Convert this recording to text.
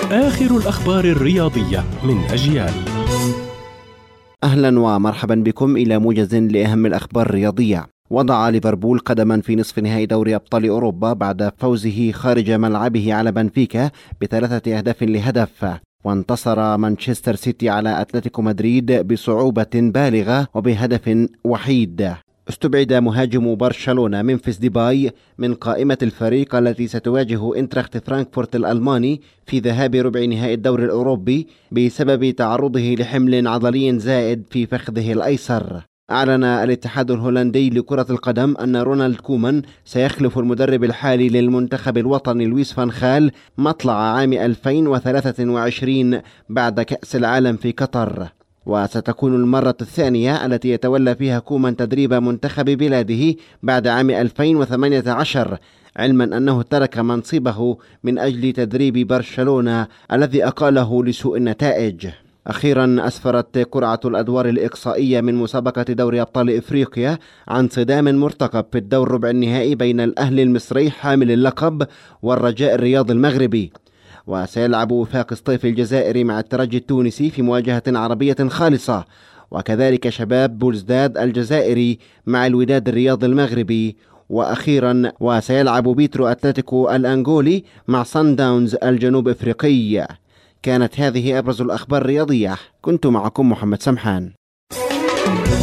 آخر الأخبار الرياضية من أجيال. أهلا ومرحبا بكم إلى موجز لأهم الأخبار الرياضية. وضع ليفربول قدما في نصف نهائي دوري أبطال أوروبا بعد فوزه خارج ملعبه على بنفيكا ب3-0. وانتصر مانشستر سيتي على أتلتيكو مدريد بصعوبة بالغة وبهدف وحيد. استبعد مهاجم برشلونة ممفيس ديباي من قائمة الفريق التي ستواجه انتراخت فرانكفورت الألماني في ذهاب ربع نهائي الدوري الأوروبي بسبب تعرضه لحمل عضلي زائد في فخذه الأيسر. أعلن الاتحاد الهولندي لكرة القدم أن رونالد كومان سيخلف المدرب الحالي للمنتخب الوطني لويس فان خال مطلع عام 2023 بعد كأس العالم في قطر، وستكون المرة الثانية التي يتولى فيها كومان تدريب منتخب بلاده بعد عام 2018، علما أنه ترك منصبه من أجل تدريب برشلونة الذي أقاله لسوء النتائج. أخيرا أسفرت قرعة الأدوار الإقصائية من مسابقة دوري أبطال إفريقيا عن صدام مرتقب في الدور ربع النهائي بين الأهلي المصري حامل اللقب والرجاء الرياض المغربي، وسيلعب وفاق سطيف الجزائري مع الترجي التونسي في مواجهة عربية خالصة، وكذلك شباب بولزداد الجزائري مع الوداد الرياض المغربي. وأخيرا وسيلعب بيترو أتلتيكو الأنغولي مع صن داونز الجنوب أفريقي. كانت هذه أبرز الأخبار الرياضية، كنت معكم محمد سمحان.